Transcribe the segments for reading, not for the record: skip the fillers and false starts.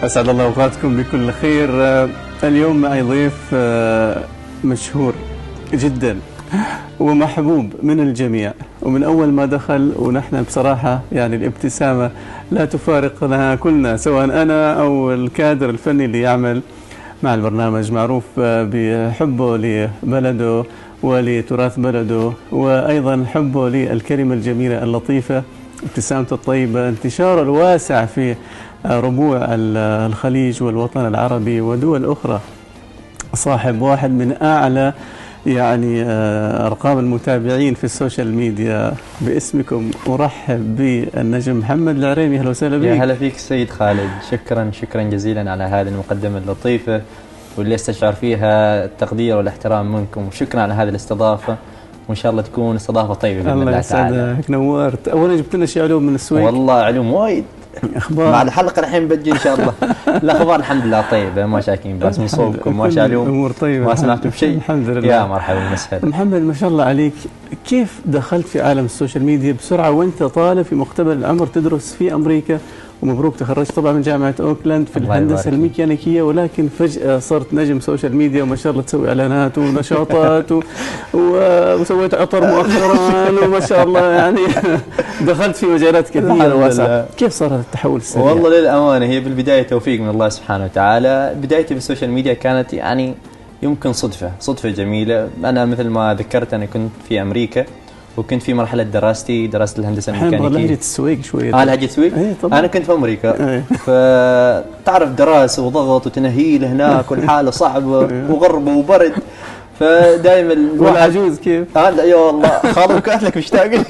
أسعد الله أوقاتكم بكل خير. اليوم معي ضيف مشهور جدا ومحبوب من الجميع، ومن أول ما دخل ونحن بصراحة يعني الابتسامة لا تفارقنا كلنا، سواء أنا أو الكادر الفني اللي يعمل مع البرنامج. معروف بحبه لبلده ولتراث بلده، وأيضا حبه للكلمة الجميلة اللطيفة، ابتسامته الطيبة، انتشاره الواسع في ربوع الخليج والوطن العربي ودول أخرى. صاحب واحد من أعلى يعني أرقام المتابعين في السوشيال ميديا. باسمكم أرحب بالنجم محمد العريمي. أهلا وسهلا بك. يا هلا فيك السيد خالد، شكرا جزيلا على هذه المقدمة اللطيفة واللي استشعر فيها التقدير والاحترام منكم، وشكرا على هذه الاستضافة، وإن شاء الله تكون استضافة طيبة بإذن الله تعالى. الله يسعدك، نورت. أولا جبت لنا شيء علوم من السويد. والله علوم وايد. أخبار مع الحلقة الحين بتجي إن شاء الله. الأخبار الحمد لله طيبة، ما شاكين بس من صوبكم ما شاء الله. أمور طيبة، ما سمعتوا بشيء؟ الحمد لله. يا مرحبا وسهلا. محمد، ما شاء الله عليك، كيف دخلت في عالم السوشيال ميديا بسرعة وأنت طالب في مقتبل العمر تدرس في أمريكا؟ ومبروك، تخرجت طبعا من جامعة أوكلاند في الهندسة الميكانيكية، ولكن فجأة صرت نجم سوشيال ميديا، وما شاء الله تسوي إعلانات ونشاطات وسويت عطر مؤخرا، وما شاء الله يعني دخلت في مجالات كثيرة واسعة. كيف صار هذا التحول السريع؟ والله للأمانة هي بالبداية توفيق من الله سبحانه وتعالى. بدايتي بالسوشيال ميديا كانت يعني يمكن صدفة جميلة. أنا مثل ما ذكرت أنا كنت في أمريكا، وكنت في مرحلة دراستي درست الهندسة الميكانيكية. لهجة السويق شوية. لهجة السويق؟ أنا كنت في أمريكا. فتعرف دراسة وضغط وتنهيل هناك والحالة صعبة وغربة وبرد، فدائما والعجوز كيف؟ يا والله خالك أهلك مشتاق لي.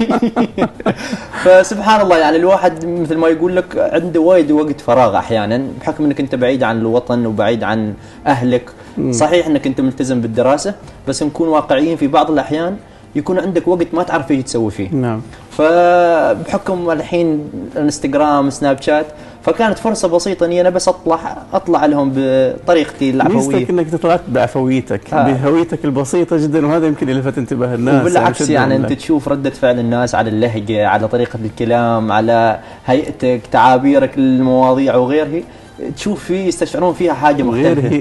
فسبحان الله يعني الواحد مثل ما يقول لك عنده وايد وقت فراغ أحيانا، بحكم أنك أنت بعيد عن الوطن وبعيد عن أهلك. صحيح أنك أنت ملتزم بالدراسة، بس نكون واقعيين، في بعض الأحيان يكون عندك وقت ما تعرف ايش تسوي فيه. نعم. فبحكم الحين الانستغرام سناب شات، فكانت فرصه بسيطه اني انا بس اطلع لهم بطريقتي العفويه. ميزتك انك طلعت بعفويتك بهويتك البسيطه جدا، وهذا يمكن يلفت انتباه الناس. وبالعكس يعني انت تشوف رده فعل الناس على اللهجه، على طريقه الكلام، على هيئتك، تعابيرك للمواضيع وغيرها، تشوف فيه يستشعرون فيها حاجه مختلفه.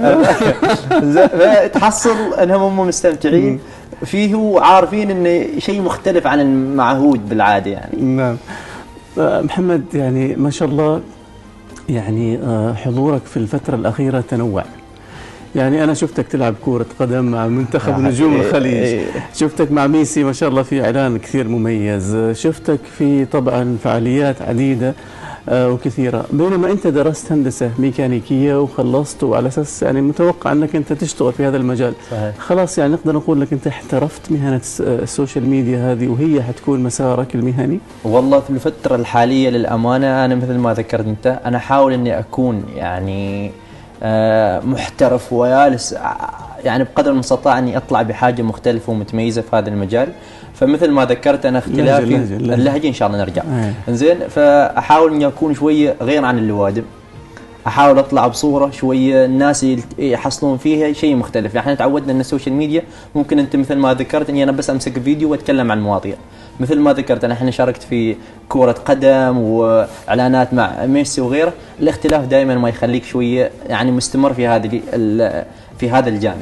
تحصل انهم هم مستمتعين فيه وعارفين انه شيء مختلف عن المعهود بالعاده يعني. نعم. محمد، يعني ما شاء الله، يعني حضورك في الفترة الأخيرة تنوع. يعني أنا شفتك تلعب كرة قدم مع منتخب نجوم الخليج، شفتك مع ميسي ما شاء الله في إعلان كثير مميز، شفتك في طبعا فعاليات عديدة وكثيرة، بينما أنت درست هندسة ميكانيكية وخلصت، وعلى أساس يعني متوقع أنك أنت تشتغل في هذا المجال. صحيح. خلاص يعني نقدر نقول لك أنت احترفت مهنة السوشيال ميديا هذه، وهي حتكون مسارك المهني؟ والله في الفترة الحالية للأمانة أنا مثل ما ذكرت أنت، أنا أحاول أني أكون يعني محترف ويالس، يعني بقدر المستطاع أني أطلع بحاجة مختلفة ومتميزة في هذا المجال. فمثل ما ذكرت أنا اختلافي اللهجة إن شاء الله نرجع. إنزين، فأحاول أني أكون شوية غير عن اللوادم، أحاول أطلع بصورة شوية الناس يحصلون فيها شيء مختلف. احنا تعودنا أن السوشيال ميديا ممكن أنت مثل ما ذكرت أني أنا بس أمسك فيديو وأتكلم عن مواضيع. مثل ما ذكرت أنا احنا شاركت في كرة قدم وإعلانات مع ميسي وغيره. الاختلاف دائما ما يخليك شوية يعني مستمر في هذا الجانب.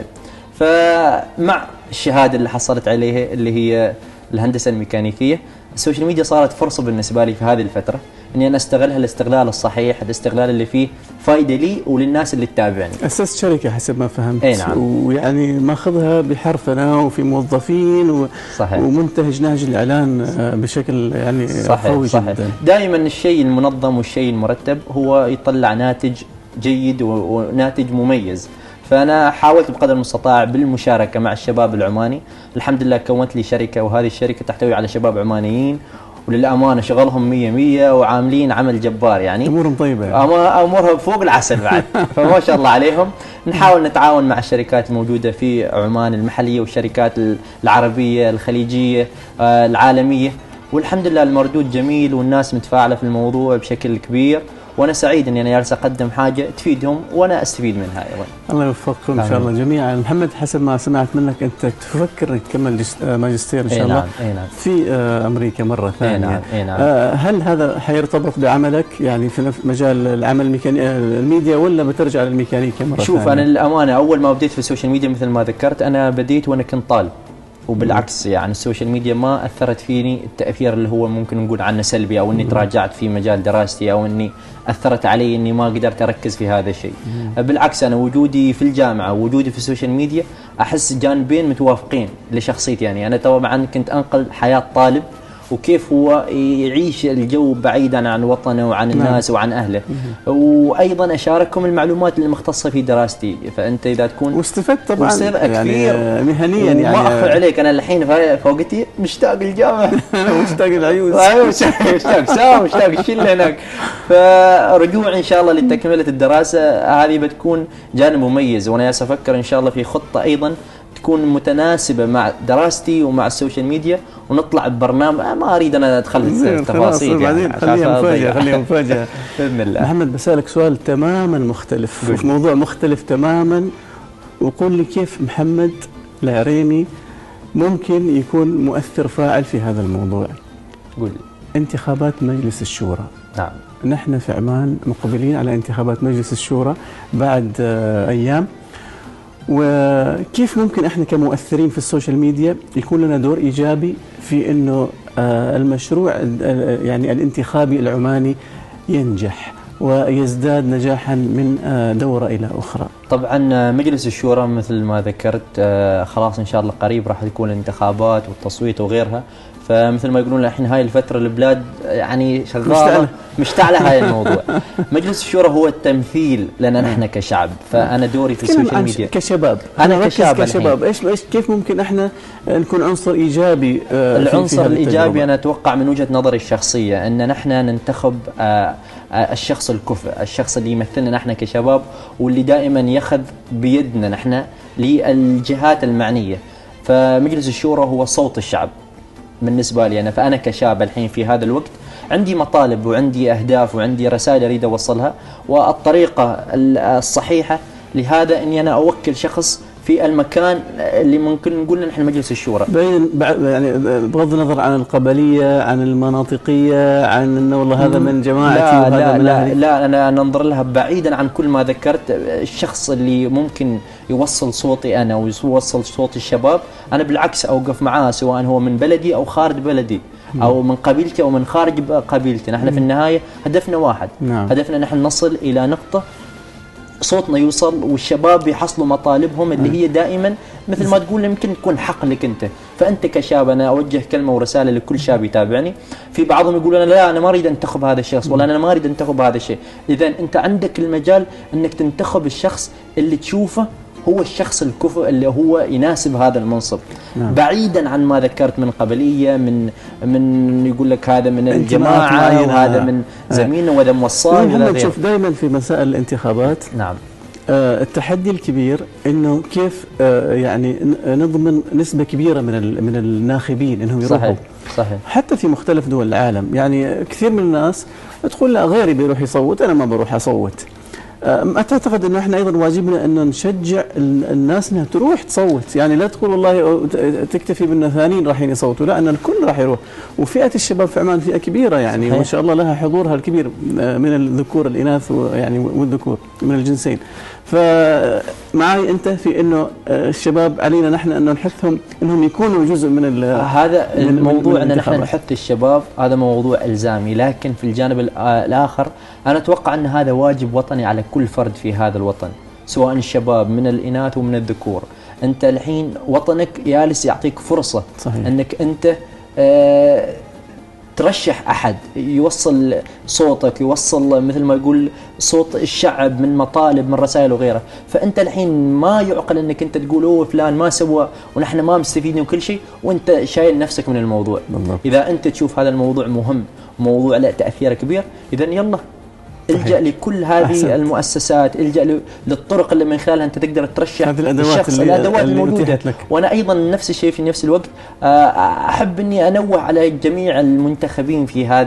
فمع الشهادة اللي حصلت عليها اللي هي الهندسة الميكانيكية، السوشيال ميديا صارت فرصة بالنسبة لي في هذه الفترة اني انا استغلها الاستغلال الصحيح، الاستغلال اللي فيه فائدة لي وللناس اللي تتابعني. أسست شركة حسب ما فهمت. اي نعم. ويعني ماخذها بحرفنة وفي موظفين صحيح. ومنتهج نهج الإعلان بشكل يعني قوي جدا. دائما الشيء المنظم والشيء المرتب هو يطلع ناتج جيد وناتج مميز. فأنا حاولت بقدر المستطاع بالمشاركة مع الشباب العماني. الحمد لله كونت لي شركة، وهذه الشركة تحتوي على شباب عمانيين، وللأمانة شغلهم 100 وعاملين عمل جبار. يعني أمورهم طيبة يعني. أمورها فوق العسل بعد. فما شاء الله عليهم. نحاول نتعاون مع الشركات الموجودة في عمان المحلية والشركات العربية الخليجية العالمية، والحمد لله المردود جميل والناس متفاعلة في الموضوع بشكل كبير. وانا سعيد اني انا جالس اقدم حاجه تفيدهم وانا استفيد منها ايضا. الله يوفقكم ان شاء الله جميعا. محمد، حسب ما سمعت منك انت تفكر انك تكمل ماجستير ان شاء الله نعم. في امريكا مره ثانيه. نعم. هل هذا حيرتبط بعملك يعني في مجال العمل الميديا، ولا بترجع للميكانيكا مره ثانيه؟ شوف، انا للامانه اول ما بديت في السوشيال ميديا مثل ما ذكرت انا بديت وانا كنت طالب، وبالعكس يعني السوشيال ميديا ما اثرت فيني التاثير اللي هو ممكن نقول عنه سلبي، او اني تراجعت في مجال دراستي، او اني اثرت علي اني ما قدرت اركز في هذا الشيء. بالعكس انا وجودي في الجامعه ووجودي في السوشيال ميديا احس جانبين متوافقين لشخصيتي. يعني انا طبعا كنت انقل حياه طالب وكيف هو يعيش الجو بعيدا عن وطنه وعن الناس وعن اهله، وايضا اشارككم المعلومات المختصه في دراستي. فانت اذا تكون واستفدت طبعا يعني مهنيا، يعني ما اخفى عليك انا الحين فوقتي مشتاق للجامعه مشتاق العيوز مشتاق سام مشتاق الشله هناك. فرجوع ان شاء الله لتكمله الدراسه هذه بتكون جانب مميز، وانا افكر ان شاء الله في خطه ايضا تكون متناسبة مع دراستي ومع السوشيال ميديا، ونطلع ببرنامج ما أريد أنا أدخل التفاصيل يعني خليها مفاجأة بإذن الله. محمد، بسألك سؤال تماما مختلف في موضوع مختلف تماما، وقول لي كيف محمد العريمي ممكن يكون مؤثر فاعل في هذا الموضوع. قول لي. انتخابات مجلس الشورى. نعم. نحن في عمان مقبلين على انتخابات مجلس الشورى بعد أيام، وكيف ممكن احنا كمؤثرين في السوشيال ميديا يكون لنا دور ايجابي في انه المشروع يعني الانتخابي العماني ينجح ويزداد نجاحا من دورة إلى أخرى؟ طبعا مجلس الشورى مثل ما ذكرت خلاص إن شاء الله قريب راح تكون الانتخابات والتصويت وغيرها. فمثل ما يقولون الحين هاي الفترة البلاد يعني شغالة مشتعلة هاي الموضوع. مجلس الشورى هو التمثيل لنا نحن كشعب، فأنا دوري في السوشيال ميديا كشباب. أنا كشباب إيش كيف ممكن احنا نكون عنصر إيجابي؟ العنصر الإيجابي أنا أتوقع من وجهة نظري الشخصية أن نحن ننتخب الشخص الكفء، الشخص اللي يمثلنا نحن كشباب، واللي دائما يأخذ بيدنا نحن للجهات المعنية. فمجلس الشورى هو صوت الشعب بالنسبة لي أنا. فأنا كشاب الحين في هذا الوقت عندي مطالب وعندي أهداف وعندي رسائل أريد أوصلها، والطريقة الصحيحة لهذا أني أنا أوكل شخص في المكان اللي ممكن نقول نحن مجلس الشورى. يعني بغض النظر عن القبلية، عن المناطقية، عن أنه والله هذا من جماعتي وهذا من أهلي. لا أنا ننظر لها بعيدا عن كل ما ذكرت. الشخص اللي ممكن يوصل صوتي أنا ويوصل صوت الشباب، أنا بالعكس أوقف معاه، سواء هو من بلدي أو خارج بلدي، أو من قبيلتي أو من خارج قبيلتي. نحن في النهاية هدفنا واحد. هدفنا نحن نصل إلى نقطة صوتنا يوصل والشباب يحصلوا مطالبهم اللي هي دائما مثل ما تقول يمكن تكون حق لك انت. فانت كشاب انا اوجه كلمه ورساله لكل شاب يتابعني. في بعضهم يقول لا انا ما اريد انتخب هذا الشخص، ولا انا ما اريد انتخب هذا الشيء. اذا انت عندك المجال انك تنتخب الشخص اللي تشوفه هو الشخص الكفء اللي هو يناسب هذا المنصب. بعيدا عن ما ذكرت من قبليه، من يقول لك هذا من الجماعه وهذا من زميلنا وهذا موصال. محمد، شوف دائما في مسائل الانتخابات نعم التحدي الكبير انه كيف يعني نضمن نسبه كبيره من الناخبين انهم يروحوا. صحيح. حتى في مختلف دول العالم، يعني كثير من الناس تقول لا غيري بيروح يصوت، انا ما بروح اصوت. أعتقد أنه إحنا أيضا واجبنا أن نشجع الناس أنها تروح تصوت. يعني لا تقول والله تكتفي بأن ثانيين رايحين يصوتوا، لا، أن الكل راح يروح. وفئة الشباب في عمان فئة كبيرة يعني ما شاء الله لها حضورها الكبير من الذكور الإناث يعني والذكور من الجنسين. فمعي أنت في أنه الشباب علينا نحن أنه نحثهم أنهم يكونوا جزء من هذا الموضوع. أن نحن نحث الشباب هذا موضوع إلزامي، لكن في الجانب الآخر أنا أتوقع أن هذا واجب وطني على كل فرد في هذا الوطن، سواء الشباب من الإناث ومن الذكور. أنت الحين وطنك جالس يعطيك فرصة. صحيح. أنك أنت ترشح أحد يوصل صوتك، يوصل مثل ما يقول صوت الشعب من مطالب من رسائل وغيرها. فأنت الحين ما يعقل أنك أنت تقول أوه فلان ما سوى ونحن ما مستفيدين وكل شيء وأنت شايل نفسك من الموضوع. بالضبط. إذا أنت تشوف هذا الموضوع مهم، موضوع له تأثير كبير، إذا يلا الجأ لكل هذه أحسنت. المؤسسات، الجأ للطرق اللي من خلالها أنت تقدر ترشح هذه الأدوات الأدوات الموجودة. وأنا أيضا نفس الشيء في نفس الوقت أحب أني أنوه على جميع المنتخبين في هذه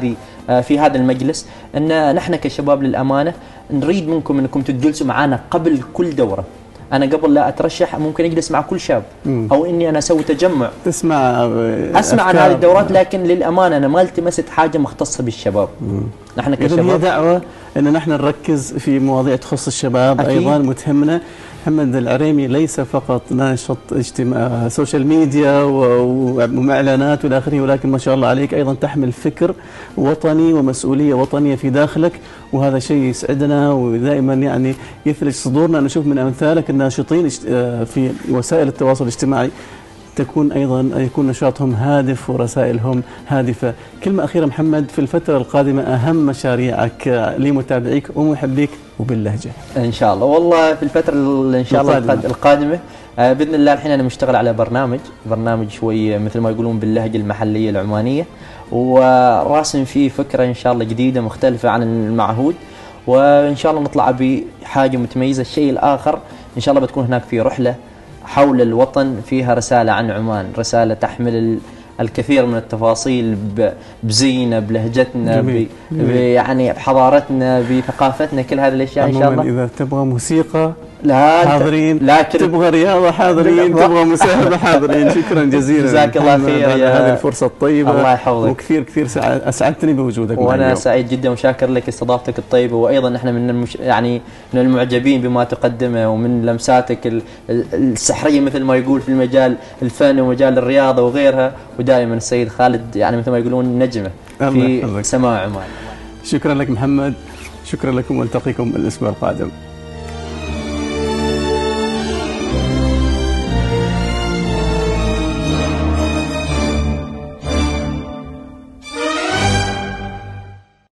في هذا المجلس ان نحن كشباب للامانه نريد منكم انكم تجلسوا معنا قبل كل دوره. انا قبل لا اترشح ممكن اجلس مع كل شاب او اني انا اسوي تجمع اسمع عن هذه الدورات، لكن للامانه انا ما التمست حاجه مختصه بالشباب. نحن كشباب هي دعوه ان نحن نركز في مواضيع تخص الشباب. أكيد. ايضا متهمنا محمد العريمي ليس فقط ناشط اجتماع سوشيال ميديا واعلانات والى اخره، ولكن ما شاء الله عليك ايضا تحمل فكر وطني ومسؤوليه وطنيه في داخلك، وهذا شيء يسعدنا ودائما يعني يثلج صدورنا نشوف من امثالك الناشطين في وسائل التواصل الاجتماعي يكون نشاطهم هادف ورسائلهم هادفه. كلمه اخيره محمد، في الفتره القادمه اهم مشاريعك لمتابعيك ومحبيك وباللهجه؟ ان شاء الله والله في الفتره ان شاء الله القادمه باذن الله. الحين انا مشتغل على برنامج شوي مثل ما يقولون باللهجه المحليه العمانيه، وراسم فيه فكره ان شاء الله جديده مختلفه عن المعهود، وان شاء الله نطلع بحاجه متميزه. الشيء الاخر ان شاء الله بتكون هناك في رحله حول الوطن فيها رسالة عن عمان، رسالة تحمل الكثير من التفاصيل بزينا، بلهجتنا، يعني بحضارتنا، بثقافتنا، كل هذه الاشياء ان شاء الله. اذا تبغى موسيقى لا حاضرين، تبغى رياضة حاضرين، تبغى مساهمة حاضرين. شكرا جزيلا، جزاك الله خير على هذه الفرصة الطيبة. الله يحفظك، وكثير اسعدتني بوجودك معي. وانا سعيد جدا وشاكر لك استضافتك الطيبة، وايضا احنا يعني من المعجبين بما تقدمه ومن لمساتك السحرية مثل ما يقول في المجال الفن ومجال الرياضة وغيرها. ودائما السيد خالد يعني مثل ما يقولون نجمة في سماع عمان. شكرا لك محمد، شكرا لكم، والتقيكم الاسبوع القادم.